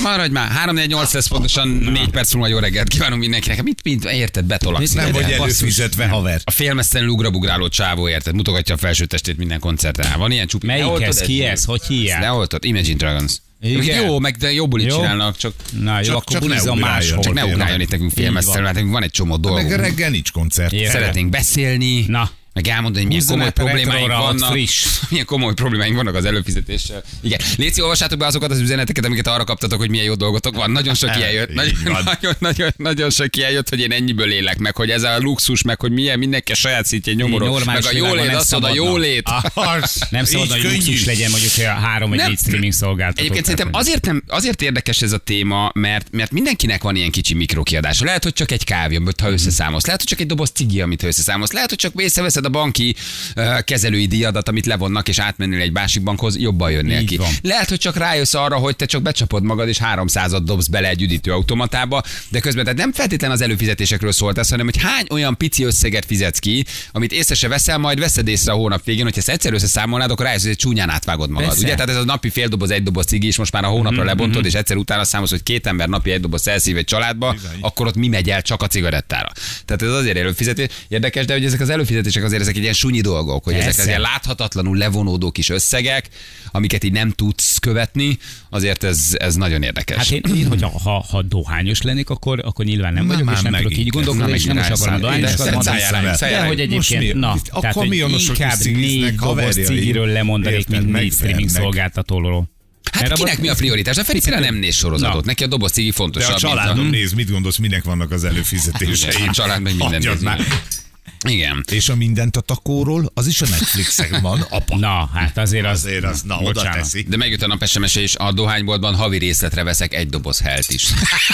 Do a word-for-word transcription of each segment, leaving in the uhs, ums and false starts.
Maradj már, három négy nyolc lesz pontosan, négy perc múlva jó reggelt kívánunk mindenkinek. Mit, mit érted, betolakszik? Nem vagy előfizetve, haver. A félmeztelenül ugrabugráló csávó, érted? Mutogatja a felső testét minden koncerten. Van ilyen csupi. Melyik ez? Ki ez? Hogy hívják? Ne oltod? Imagine Dragons. Igen. Jó, meg de jobb bulit Jó. csinálnak, csak, Na jó, Csak- akkor csak ne bulizzon ugráljon, máshol. csak ne tényleg. ugráljon itt nekünk félmeztelenül, hát nekünk van egy csomó Meg dolgunk. reggel nincs koncert. Igen. Szeretnénk beszélni. Na. Meg elmondani, hogy milyen Húzzon komoly át a problémáink retróra, ott vannak. friss. Milyen komoly problémáink vannak az előfizetéssel. Igen. Léci, olvassátok be azokat az üzeneteket, amiket arra kaptatok, hogy milyen jó dolgotok van. Nagyon sok ilyen jött. Így Nagyon, van. nagyon, nagyon, nagyon sok ilyen jött, hogy én ennyiből élek meg, hogy ez a luxus, meg hogy milyen mindenki a saját szintjén nyomorog. Meg normális a világban jólét, nem azt mondod, a szabadna. jólét. Nem szabad, hogy luxus legyen mondjuk hogy a három vagy Nem. négy streaming szolgáltató. Egyébként szerintem azért, nem, azért érdekes ez a téma, mert, mert mindenkinek van ilyen kicsi mikrokiadása. Lehet, hogy csak egy kávé, amit ha összeszámolsz. Lehet, hogy csak egy doboz cigi, amit ha összeszámolsz. Lehet, hogy csak észreveszed a banki uh, kezelői díjadat, amit levonnak, és átmennél egy másik bankhoz, jobban jönnél Így ki. van. Lehet, hogy csak rájössz arra, hogy te csak becsapod magad, és háromszázat dobsz bele egy üdítőautomatába, de közben tehát nem feltétlen az előfizetésekről szólt ez, hanem hogy hány olyan pici összeget fizetsz ki, amit észre se veszel, majd veszed észre a hónap végén, hogyha ezt egyszer összeszámolnád, akkor rájössz, hogy csúnyán átvágod magad. Persze. Ugye? Tehát ez a napi fél doboz, egy doboz cigi, és most már a hónapra Mhm, lebontod, és egyszer utána számolsz, hogy két ember napi egy doboz elszív egy családba, Bizony. akkor ott mi megy el csak a cigarettára. Tehát ez azért előfizetés. Érdekes, de hogy ezek az előfizetések azért ezek egy ilyen sunyi dolgok, hogy ezek Persze. az ilyen láthatatlanul levonódó kis összegek, amiket így nem tudsz követni, azért ez, ez nagyon érdekes. Hát én, én hogy ha, ha dohányos lennék, akkor, akkor nyilván nem Na vagyok, már és nem tudok megint így gondolkodni, kezd. és nem is Na, akarom megint dohányosokat rászáll. mondani. Szállj rá, szállj rá. De hogy Most egyébként, mi? na, A tehát hogy kamionosok is inkább cigiznek, négy doboz haverjaim. cigiről lemondanék, Érted, mint négy megvernek. streaming szolgáltatóról. Hát Mert kinek abban- mi a prioritás? A Feri például nem néz sorozatot. Na. Neki a doboz cigi De fontosabb. a mint családom néz, mit gondolsz, minek vannak az előfizetései? A család meg minden Hagyjad nézi. már. Igen. És a mindent a takóról, az is a Netflixen van, apa. Na, hát azért az... Azért az, na, oda Bocsánat. teszi. De megjött a nap es em es-e is, a dohányboltban havi részletre veszek egy doboz helt is.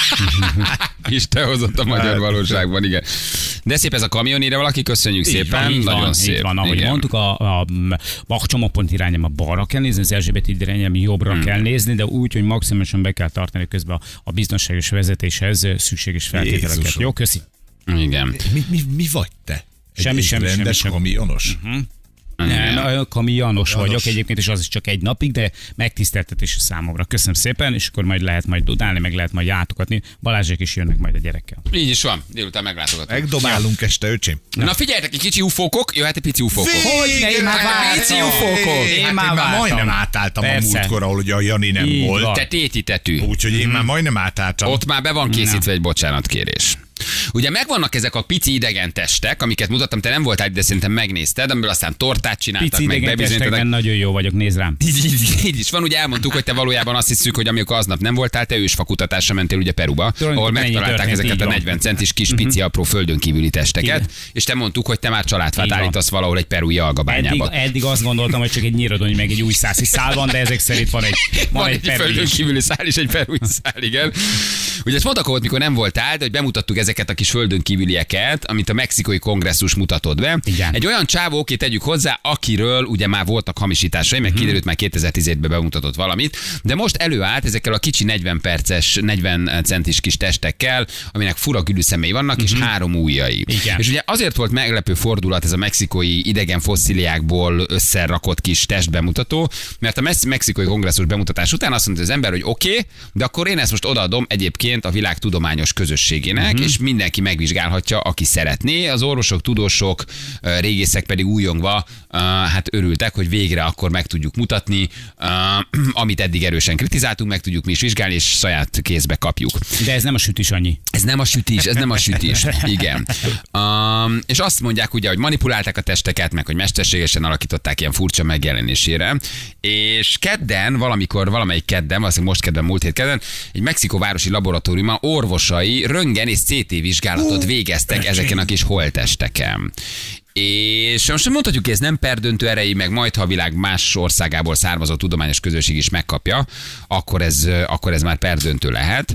Isten hozott a magyar valóságban, igen. De szép ez a kamion, ide valaki, köszönjük Így szépen. Így Nagyon van, szép. így van, ahogy igen. mondtuk, a, a, a csomópont irányába balra kell nézni, az Erzsébet irányába jobbra Hmm. kell nézni, de úgy, hogy maximálisan be kell tartani közben a, a biztonságos vezetéshez szükséges feltételeket. Jézusom. Jó, köszi. Igen. Mi, mi, mi vagy te? Egy, Semmi, egy semmi, rendes semmi, semmi. kamionos? Nem, kamionos Janos. vagyok egyébként, és az is csak egy napig, de megtiszteltetés számomra. Köszönöm szépen, és akkor majd lehet majd dudálni, meg lehet majd játogatni. Balázsék is jönnek majd a gyerekkel. Így is van, délután meglátogatunk. Megdobálunk este, öcsém. Na figyeljetek, egy kicsi ufókok, jöhet egy pici ufókok. Hogy ne, én már Hát, pici vártam. ufókok. Én Hát már én már vártam. majdnem átálltam Persze. a múltkor, ahol ugye a Jani nem Így volt. van. Te téti tetű. Úgyhogy én már majdnem átálltam. Ott már be van készítve egy bocsánatkérés. Ugye megvannak ezek a pici idegen testek, amiket mutattam, te nem voltál, de szerintem megnézted, amiből aztán tortát csináltak, Pici meg idegen testekben bebizonyítottak. nagyon jó vagyok, nézd rám. Így, így, így is van, ugye elmondtuk, hogy te valójában azt hiszük, hogy amikor aznap nem voltál, te ősfakutatásra mentél ugye Peruba, ahol Tulajdonképpen ennyi megtalálták történt, ezeket így a van. negyven centis kis pici apró földön kívüli testeket, Igen. és te mondtuk, hogy te már családfát Így van. állítasz valahol egy perui Eddig, algabányába. eddig azt gondoltam, hogy csak egy nyíradony, meg egy új szászi szál van, de ezek szerint van egy, Van, van egy, egy perui földön is. kívüli szál és egy perui szál, igen. Ugye ezt mondtak volt, mikor nem voltál, de hogy bemutattuk ezeket a kis földön kívülieket, amit a mexikói kongresszus mutatott be. Igen. Egy olyan csávó, aki tegyük hozzá, akiről ugye már voltak hamisításai, meg kiderült már kétezer-tizenhétben bemutatott valamit, de most előállt ezekkel a kicsi negyven perces, negyven centis kis testekkel, aminek fura güdűszemei vannak, és három ujjai. Igen. És ugye azért volt meglepő fordulat ez a mexikói idegen fosszíliákból összerakott kis testbemutató, mert a mex- mexikói kongresszus bemutatás után azt mondta az ember, hogy oké, okay, de akkor én ezt most odaadom egyébként a világ tudományos közösségének, uh-huh. és mindenki megvizsgálhatja, aki szeretné. Az orvosok, tudósok, ö, régészek pedig újongva ö, hát örültek, hogy végre akkor meg tudjuk mutatni, ö, amit eddig erősen kritizáltunk, meg tudjuk mi is vizsgálni, és saját kézbe kapjuk. De ez nem a sütis annyi. Ez nem a sütés, ez nem a sütés. Igen. Um, és azt mondják ugye, hogy manipulálták a testeket, meg hogy mesterségesen alakították ilyen furcsa megjelenésére. És kedden, valamikor, valamelyik kedden, valószínűleg most kedden, múlt hét kedden, egy Mexikó városi laboratóriumban orvosai röntgen és cé té vizsgálatot végeztek ezeken a kis holttesteken. És most mondhatjuk, hogy ez nem perdöntő erejű, meg majd, ha a világ más országából származó tudományos közösség is megkapja, akkor ez, akkor ez már perdöntő lehet.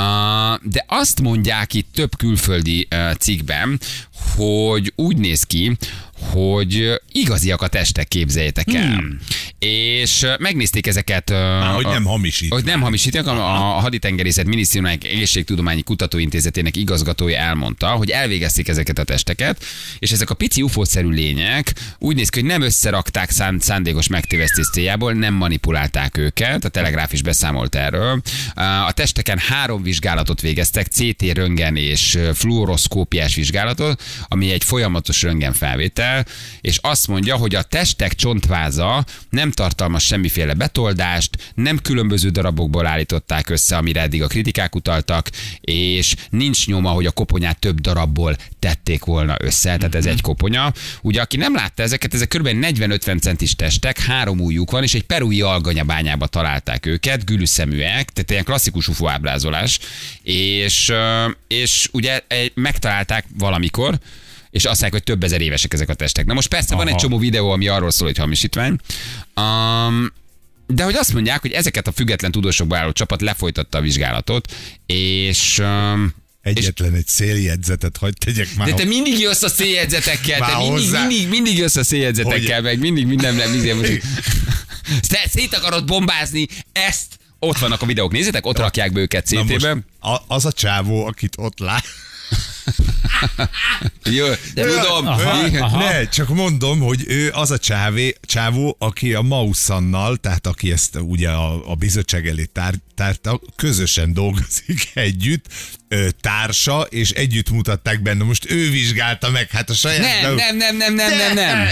De azt mondják itt több külföldi cikkben, hogy úgy néz ki, hogy igaziak a testek, képzeljétek el. Hmm. És megnézték ezeket. Már, a, hogy nem hamisít. Hogy nem hamisítanak. A, a Haditengerészet Minisztériumának Egészségtudományi Kutatóintézetének igazgatója elmondta, hogy elvégezték ezeket a testeket, és ezek a pici ufószerű lények úgy néz ki, hogy nem összerakták szánd, szándékos megtévesztés céljából, nem manipulálták őket, a Telegráf is beszámolt erről. A testeken három vizsgálatot végeztek, cé té, röntgen és fluoroszkópiás vizsgálatot, ami egy folyamatos röntgenfelvétel, és azt mondja, hogy a testek csontváza nem tartalmaz semmiféle betoldást, nem különböző darabokból állították össze, amire eddig a kritikák utaltak, és nincs nyoma, hogy a koponyát több darabból tették volna össze, tehát ez egy koponya. Ugye, aki nem látta ezeket, ezek kb. negyven-ötven centis testek, három ujjuk van, és egy perui alganyabányába találták őket, gülüszeműek, tehát ilyen klasszikus ufó ábrázolás, és, és ugye megtalálták valamikor, és azt mondják, hogy több ezer évesek ezek a testek. Na most persze Aha. van egy csomó videó, ami arról szól, hogy hamisítvány, um, de hogy azt mondják, hogy ezeket a független tudósokból álló csapat lefolytatta a vizsgálatot, és... Um, Egyetlen és... egy széljegyzetet hagyd tegyek már. De te mindig jössz a széljegyzetekkel, te mindig, mindig, mindig jössz a széljegyzetekkel, hogy... meg mindig minden nem, minden most... Te szét akarod bombázni, ezt ott vannak a videók, nézzétek, ott rakják be őket cé té-ben. Az a csávó, akit ott lát, Jó, de tudom. Aha, aha. Ne, csak mondom, hogy ő az a csávé, csávó, aki a Maussannal, tehát aki ezt ugye a, a bizottság elé tár, tárta, közösen dolgozik együtt, társa, és együtt mutatták benne. Most ő vizsgálta meg, hát a saját... Nem, nem, nem, nem, nem, nem, nem.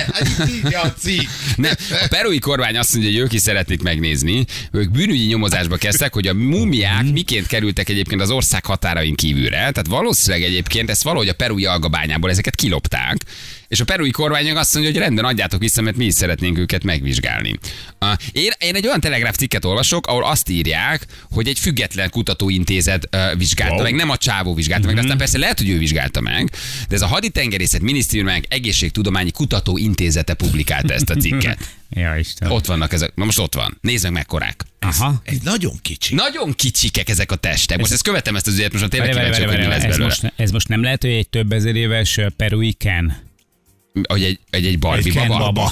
nem. A perui kormány azt mondja, hogy ők is szeretnék megnézni. Ők bűnügyi nyomozásba kezdtek, hogy a múmiák miként kerültek egyébként az ország határain kívülre. Tehát valószínűleg egyébként ezt valahogy a perui algabányából ezeket kilopták, és a perui kormány azt mondja, hogy rendben, adjátok vissza, mert mi is szeretnénk őket megvizsgálni. Én, én egy olyan Telegráf cikket olvasok, ahol azt írják, hogy egy független kutatóintézet vizsgálta wow. meg, nem a csávó vizsgálta mm-hmm. meg, de aztán persze lehet, hogy ő vizsgálta meg, de ez a Haditengerészet Minisztériumának Egészségtudományi Kutatóintézete publikálta ezt a cikket. Ja, Isten. Ott vannak ezek, na most ott van. Nézd meg mekkorák. Aha. Ez, ez nagyon kicsi. Nagyon kicsikek ezek a testek. Most ezt követem ezt az ügyet, most tényleg kíváncsi, hogy mi lesz belőle. Most, ez most nem lehet, hogy egy több ezer éves perui Ken? Hogy egy, egy, egy Barbie egy baba? baba.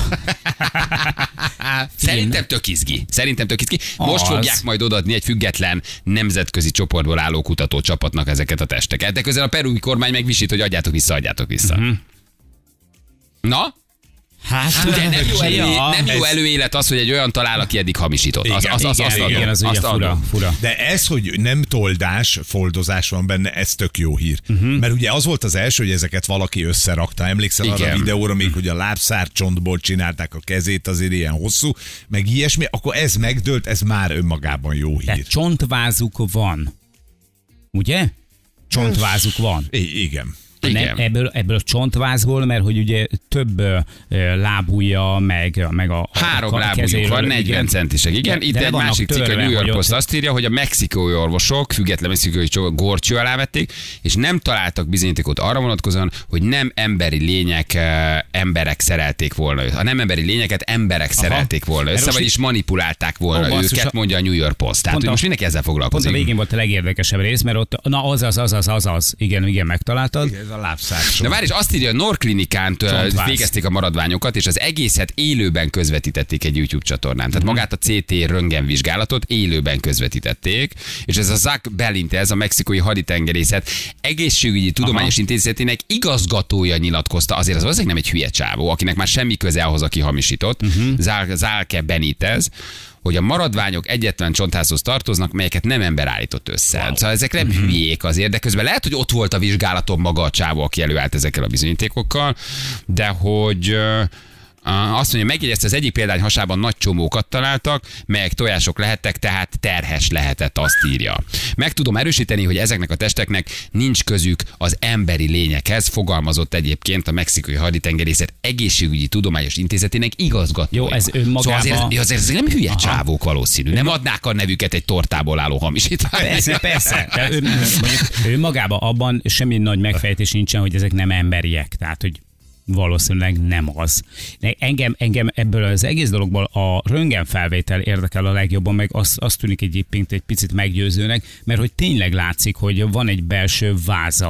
Szerintem tök izgi. Szerintem tök izgi. Most az. fogják majd odaadni egy független nemzetközi csoportból álló kutatócsapatnak ezeket a testeket. De közben a perui kormány megvisít, hogy adjátok vissza, adjátok vissza. Uh-huh. Na? Hát, hát ugye nem jó, elő, ja, nem jó ez... előélet az, hogy egy olyan talál, aki eddig hamisított. Az, az, az, igen, azt igen, adom, igen, az azt ugye fura, fura. De ez, hogy nem toldás, foldozás van benne, ez tök jó hír. Uh-huh. Mert ugye az volt az első, hogy ezeket valaki összerakta. Emlékszel igen. arra a videóra még, hogy a lábszárcsontból csinálták a kezét, azért ilyen hosszú, meg ilyesmi, akkor ez megdőlt, ez már önmagában jó hír. De csontvázuk van. Ugye? Csontvázuk van. I- igen. Nem, ebből, ebből a csontvázból, mert hogy ugye több uh, lábúja, meg, meg a, a három a lábújuk van, negyven centisek. Igen, de, itt de egy másik cikk, a New York Post azt írja, hogy a mexikói orvosok, független mexikói górcső alá vették, és nem találtak bizonyítékot arra vonatkozóan, hogy nem emberi lények, uh, emberek szerelték volna össze. A nem emberi lényeket emberek Aha. szerelték volna össze, vagyis manipulálták volna oh, őket, mondja a New York Post. Tehát, hogy most mindenki ezzel foglalkozik. Pont a végén volt a legérdekesebb rész, mert ott, na azaz, azaz, azaz, igen, igen, megtaláltad. Igen, a lábszárcson. De várj, és azt írja, a Norklinikán végezték a maradványokat, és az egészet élőben közvetítették egy YouTube csatornán. Tehát magát a cé té röntgenvizsgálatot élőben közvetítették, és ez a Zach Belintez, a mexikói haditengerészet egészségügyi tudományos Aha. intézetének igazgatója nyilatkozta, azért az valószínűleg nem egy hülye csávó, akinek már semmi köze ahhoz, aki hamisított, uh-huh. Zalke Benitez, hogy a maradványok egyetlen csontázhoz tartoznak, melyeket nem ember állított össze. Wow. Szóval ezek nem mm-hmm. hülyék azért, de közben lehet, hogy ott volt a vizsgálaton maga a csávó, aki előállt ezekkel a bizonyítékokkal, de hogy azt mondja, megjegyezte, az egyik példány hasában nagy csomókat találtak, melyek tojások lehettek, tehát terhes lehetett, azt írja. Meg tudom erősíteni, hogy ezeknek a testeknek nincs közük az emberi lényekhez, fogalmazott egyébként a mexikói haditengerészet egészségügyi tudományos intézetének igazgatója. Jó, ez önmagában... Szóval azért, azért, azért nem hülye Aha. csávók valószínű. Nem adnák a nevüket egy tortából álló hamisítványra. Persze, persze. De ő, mondjuk, ő magában abban semmi nagy megfejtés nincsen, hogy ezek nem emberiek. Tehát, hogy valószínűleg nem az. Engem, engem ebből az egész dologból a röntgenfelvétel érdekel a legjobban, meg azt, azt tűnik egyébként egy picit meggyőzőnek, mert hogy tényleg látszik, hogy van egy belső váza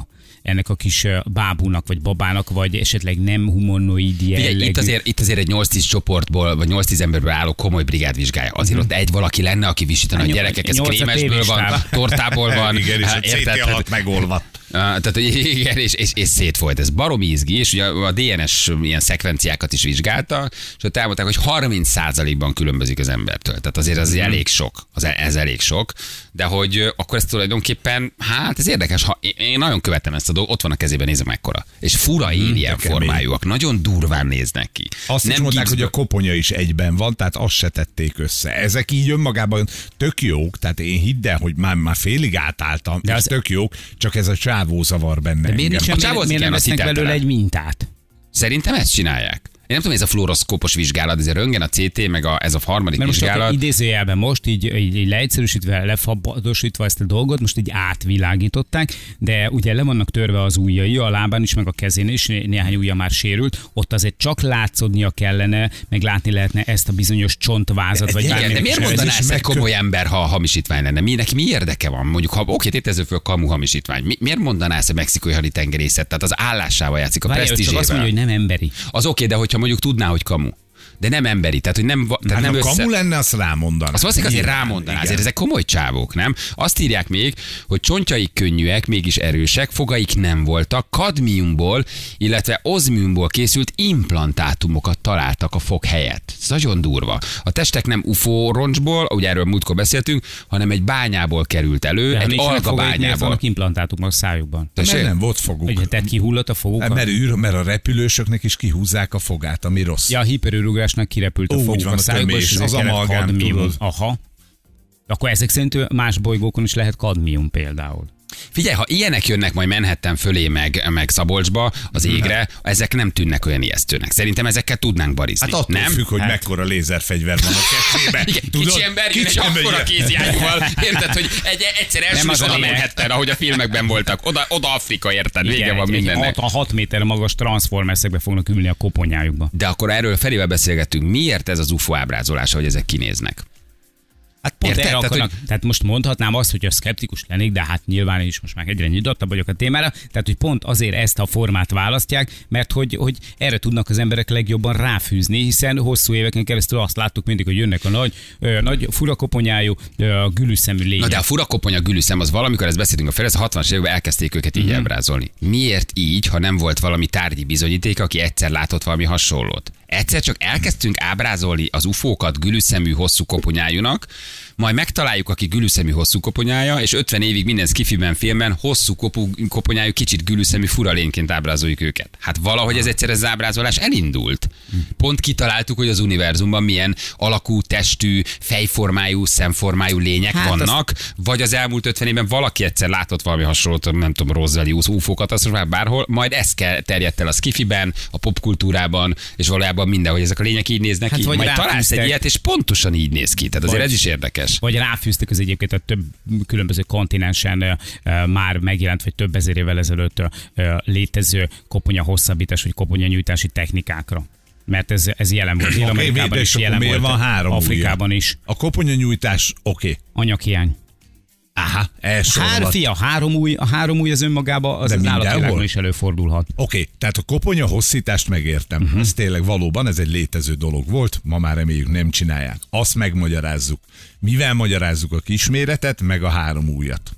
ennek a kis ö, bábúnak, vagy babának, vagy esetleg nem humanoid jellegű. Ugye, itt, azért, itt azért egy nyolc-tíz csoportból, vagy nyolc-tíz emberből álló komoly brigád vizsgálja. Azért ott egy valaki lenne, aki visítana a A gyerekek, ez nyolc a krémesből van, tévéstáb. tortából van. Igen, és a érted? cé té Tehát- alatt megolvadt. Uh, tehát, hogy igen, és, és, és szétfolyt. Ez baromi izgi, és ugye a dé en es ilyen szekvenciákat is vizsgálta, és ott elmondták, hogy harminc százalékban különbözik az embertől. Tehát azért az elég sok. Az, ez elég sok. De hogy ö, akkor ez tulajdonképpen, hát ez érdekes, ha én- én nagyon követem ezt a dolgot, ott van a kezében, nézem mekkora. És fura alien kemény. formájúak, nagyon durván néznek ki. Azt is mondták, gipszből- hogy a koponya is egyben van, tehát azt se tették össze. Ezek így önmagában tök jók, tehát én hidd el, hogy már, már félig átálltam, De és az- tök jók, csak ez a csávó zavar benne. De miért, engem. nincsen, A csávó miért, az miért nem igen, az vesznek belőle hiteltelen. egy mintát? Szerintem ezt csinálják. Én nem tudom, ez a fluoroszkópos vizsgálat, ez a röntgen, a cé té, meg a, ez a harmadik Mert most vizsgálat. akkor idézőjelben most így, így, így leegyszerűsítve, lefabadosítva ezt a dolgot, most így átvilágították, de ugye le vannak törve az ujjai, a lábán is, meg a kezén is, né- néhány ujja már sérült, ott azért csak látszódnia kellene, meg látni lehetne ezt a bizonyos csontvázat, vagy Igen, de bármilyen miért is mondaná is ezt egy megkö- komoly ember, ha hamisítvány lenne? Mi, neki mi érdeke van? Mondjuk, ha oké, tétező föl kamu hamisítvány. Mi, miért mondaná ezt a mexikai haditengerészet? Tehát az állásával játszik, a Várjál, csak azt mondja, presztízsével. hogy nem emberi. Az oké, de hogyha mondjuk tudná, hogy kamu. De nem emberi, tehát hogy nem, va- tehát Hát nem ha össze... kamu lenne, azt rámondaná. Azt valószínűleg azért Nyilván, rámondaná, igen. azért ezek komoly csávók, nem? Azt írják még, hogy csontjaik könnyűek, mégis erősek, fogaik nem voltak, kadmiumból, illetve ozmiumból készült implantátumokat találtak a fog helyett. Ez nagyon durva. A testek nem ufó roncsból, ugye erről múltkor beszéltünk, hanem egy bányából került elő, De egy nincsenek fogaik, miért algabányából. vannak implantátumok a szájukban? Mert Tessék? nem volt foguk. Hogy tehát kihullott a fogukat? Hát, mert, űr, mert a repülősöknek is kihúzzák a fogát, ami rossz. Ja, a hiperőrugrásnak kirepült a Ó, úgy foguk van, a a szájukba, tömés, és ezért az kellett amalgám, kadmium. tudod. Aha. Akkor ezek szerint más bolygókon is lehet kadmium például. Figyelj, ha ilyenek jönnek majd Manhattan fölé, meg, meg Szabolcsba, az égre, ezek nem tűnnek olyan ijesztőnek. Szerintem ezekkel tudnánk barizni. Hát attól nem? függ, hogy Hát- mekkora lézerfegyver van a kezében. Igen, kicsi ember jön egy ember akkora jön. kézjárjúval, érted, hogy egy, egyszer Nem elsős az a oda lényeg. Manhattan, ahogy a filmekben voltak. Oda, oda Afrika, érted? Vége van egy, egy mindennek. hat, a hat méter magas transformersekbe fognak ülni a koponyájukba. De akkor erről felével beszélgettünk. Miért ez az ufó ábrázolása, hogy ezek kinéznek? Hát pont Érted? erre Tehát, akarnak, tehát, tehát most mondhatnám azt, hogy a szkeptikus lennék, de hát nyilván én is most már egyre nyitottabb vagyok a témára, tehát hogy pont azért ezt a formát választják, mert hogy, hogy erre tudnak az emberek legjobban ráfűzni, hiszen hosszú éveken keresztül azt láttuk mindig, hogy jönnek a nagy, ö, nagy furakoponyájú, ö, gülüszemű lények. Na de a furakoponya gülüszem, az valamikor, ezt beszéltünk a fel, ez a hatvanas években elkezdték őket így Mhm. ábrázolni. Miért így, ha nem volt valami tárgyi bizonyíték, aki egyszer látott valami hasonlót? Egyszer csak elkezdtünk ábrázolni az ufókat gülüszemű hosszú koponyájúnak, majd megtaláljuk, aki gülüszemű hosszú koponyája, és ötven évig minden skifiben, filmben hosszú kopu, koponyájú, kicsit gülüszemű furalényként ábrázoljuk őket. Hát valahogy ez egyszer ez az ábrázolás elindult. Pont kitaláltuk, hogy az univerzumban milyen alakú, testű, fejformájú, szemformájú lények Hát hát vannak, vagy az elmúlt ötven évben valaki egyszer látott valami hasonlót, nem tudom, Roswelli ufó katasztrófában, bárhol, majd ez ke- terjedt el a skifiben, a popkultúrában, és valójában mindenhogy ezek a lények így néznek Hát ki. vagy Majd találsz egy ráfűztek. ilyet, és pontosan így néz ki. Tehát azért Vagy- ez is érdekes. Vagy ráfűztek az egyébként a több különböző kontinensen ö, ö, már megjelent, vagy több ezer évvel ezelőtt ö, ö, létező koponya hosszabbítás, vagy koponya nyújtási technikákra. Mert ez, ez jelen volt. Dél-Amerikában Oké, is és akkor jelen miért volt. van három Afrikában ujja? is. A koponyanyújtás, oké. Okay. Anyaghiány. Aha, első Hár, alatt. fia, három új, a három új az önmagában az, De az mindenhol? állatvilágban is előfordulhat. Oké, okay, tehát a koponya hosszítást megértem. Mhm. Uh-huh. Ez tényleg valóban, ez egy létező dolog volt, ma már reméljük nem csinálják. Azt megmagyarázzuk. Mivel magyarázzuk a kisméretet, meg a három újat?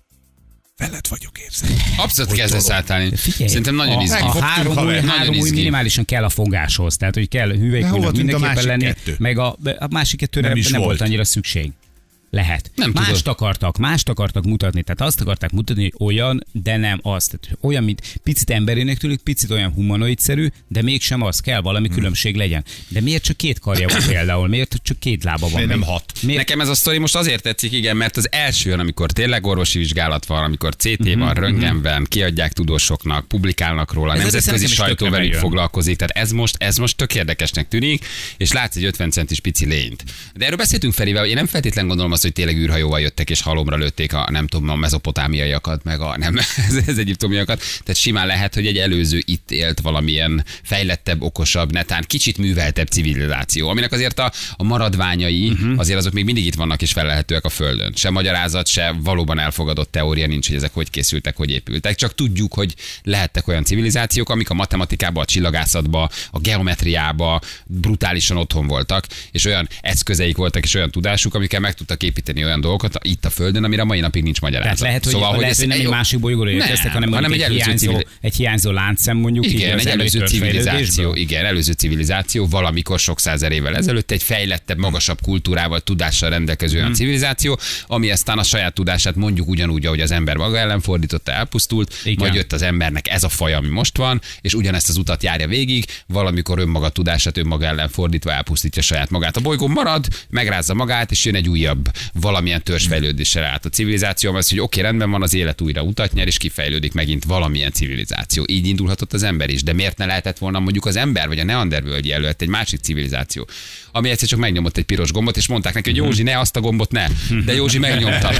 Veled vagyok érzem. Abszolút kezdesz átállni. Figyelj, Szerintem nagyon a, izgi. a Megfogtunk, három haver. új, Nagyon három új izgi. minimálisan kell a fogáshoz. Tehát, hogy kell De hova hüvelykújnak tűnt a mindenképpen másik lenni, kettő? meg a, a másik kettőre Nem nem, is nem volt volt. annyira szükség. Lehet. Nem mást tudod. akartak, mást akartak mutatni. Tehát azt akarták mutatni, hogy olyan, de nem az. Tehát olyan, mint picit emberének tűnik, picit olyan humanoidszerű, de mégsem az kell, valami Hmm. különbség legyen. De miért csak két karja van például? Miért csak két lába van? Miért nem még? hat? Miért? Nekem ez a sztori most azért tetszik, igen, mert az első jön, amikor tényleg orvosi vizsgálat van, amikor cé té van, röntgen van, kiadják tudósoknak, publikálnak róla, Ez nemzetközi nekem is sajtó tökre velük bejön. foglalkozik, tehát ez most, ez most tök érdekesnek tűnik, és látsz egy ötven centis pici lényt. De erről beszéltünk Ferivel, hogy én nem feltétlenül gondolom azt, az, hogy tényleg űrhajóval jöttek és halomra lőtték a nem tudom, a mezopotámiaiakat, meg a nem, az egyiptomiakat. Tehát simán lehet, hogy egy előző itt élt valamilyen fejlettebb, okosabb, netán kicsit műveltebb civilizáció, aminek azért a, a maradványai uh-huh. azért azok még mindig itt vannak és felelhetőek a Földön. Se magyarázat, se valóban elfogadott teória nincs, hogy ezek hogy készültek, hogy épültek. Csak tudjuk, hogy lehettek olyan civilizációk, amik a matematikában, a csillagászatban, a geometriában brutálisan otthon voltak, és olyan eszközeik voltak, és olyan tudásuk, amikkel meg tudtak építeni olyan dolgokat itt a Földön, amire mai napig nincs magyarázat. Tehát lehet, hogy, szóval, lehet, hogy nem egy másik bolygóról érkeztek, hanem, hanem egy, egy, hiányzó, civil... egy hiányzó láncszem mondjuk. Igen, egy előző civilizáció, igen, előző civilizáció, valamikor sok százer évvel ezelőtt egy fejlettebb, magasabb kultúrával, tudással rendelkező olyan hmm. civilizáció, ami aztán a saját tudását mondjuk ugyanúgy, ahogy az ember maga ellen fordította, elpusztult, igen. Majd jött az embernek ez a faj, ami most van, és ugyanezt az utat járja végig, valamikor önmaga tudását önmaga ellen fordítva elpusztítja saját magát. A bolygó marad, megrázza magát, és jön egy újabb valamilyen törzsfejlődéssel át a civilizáció, az, hogy oké, okay, rendben van, az élet újra utat nyer, és kifejlődik megint valamilyen civilizáció. Így indulhatott az ember is, de miért ne lehetett volna mondjuk az ember vagy a neandervölgyi előtt egy másik civilizáció, ami egyszer csak megnyomott egy piros gombot, és mondták neki, hogy Józsi, ne azt a gombot ne, de Józsi megnyomta.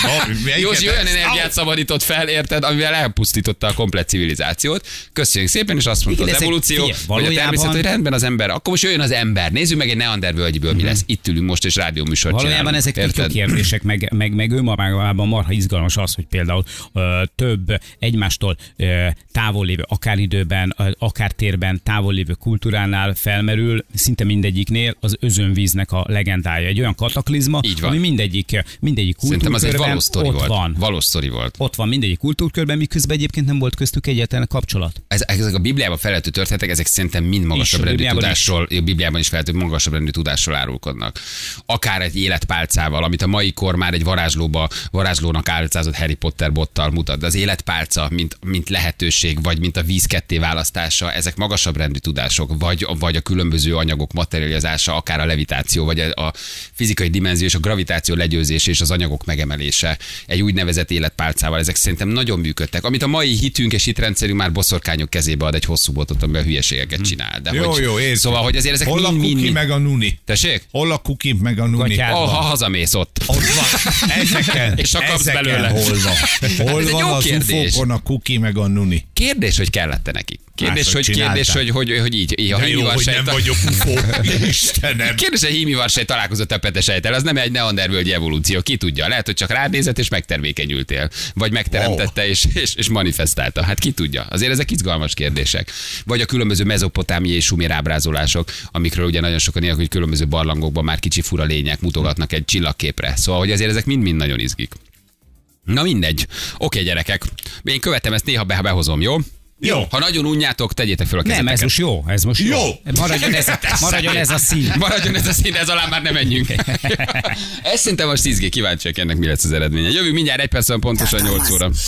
Józsi olyan energiát szabadított fel, érted, amivel elpusztította a komplett civilizációt. Köszönjük szépen, és azt mondta az evolúció, hogy a természet, hogy rendben az ember, akkor most jöjjön az ember. Nézzük meg egy neandervölgyiből mi lesz. Itt ülünk most, és rádióműsort valójában ezek tök kérdések, meg, meg, meg önmagában marha izgalmas az, hogy például ö, több egymástól ö, távol lévő, akár időben, ö, akár térben távol lévő kultúránál felmerül, szinte mindegyiknél az özönvíznek a legendája. Egy olyan kataklizma, ami mindegyik, mindegyik kultúrkörben ott volt. van. Valós sztori volt. Ott van mindegyik kultúrkörben, miközben egyébként nem volt köztük egyáltalán kapcsolat. Ez, ezek a Bibliában felelhető történetek, ezek szerintem mind magasabb rendű tudásról, a Bibliában is felelhető magasabb rendű tudásról árulkodnak. Akár egy életpálcával, amit a mai kor már egy varázslóba, varázslónak álcázott Harry Potter bottal mutat. De az életpálca, mint, mint lehetőség, vagy mint a víz ketté választása, ezek magasabb rendű tudások, vagy, vagy a különböző anyagok materializása, akár a levitáció, vagy a, a fizikai dimenzió és a gravitáció legyőzése és az anyagok megemelése egy úgynevezett életpálcával, ezek szerintem nagyon működtek. Amit a mai hitünk és hitrendszerünk már boszorkányok kezébe ad egy hosszú botot, amiben hülyeségeket csinál. De jó, hogy, jó, értem. Szóval, hogy azért ezek hol mind, a kuki mind, meg a nuni? Tessék? Hol a kuki meg a nuni? Oh, ha hazamész ott. Ott van. Ezeken. És csak kapsz ezeken belőle. Hol van? Hol van az ufókon a kuki meg a nuni? Kérdés, hogy kellett-e nekik. Kérdés, Máshogy hogy, kérdés hogy, hogy, hogy így. így de jó, hogy nem vagyok ufó. Istenem. Kérdés, hogy hímivarsely találkozott a petesejtel. Az nem egy neandervölgyi evolúció. Ki tudja? Lehet, hogy csak rád nézett és megtermékenyültél. Vagy megteremtette és, és, és manifestálta. Hát ki tudja? Azért ezek izgalmas kérdések. Vagy a különböző mezopotámiai és sumér ábrázolások, amikről ugye nagyon sokan írnak, hogy különböző barlangokban már kicsi fura lények mutogatnak egy csillagképre. Szóval, hogy azért ezek mind-mind nagyon izgik. Na mindegy. Oké, gyerekek. Én követem ezt, néha behozom, jó? Jó. Ha nagyon unjátok, tegyétek fel a kezeteket. Nem, ez most jó. Ez most jó. jó. Maradjon, ez a, maradjon ez a szín. Maradjon ez a szín, ez alá már nem menjünk. Ez szerintem most tíz G, kíváncsiak ennek mi lesz az eredménye. Jövünk mindjárt egy perc, pontosan nyolc óra.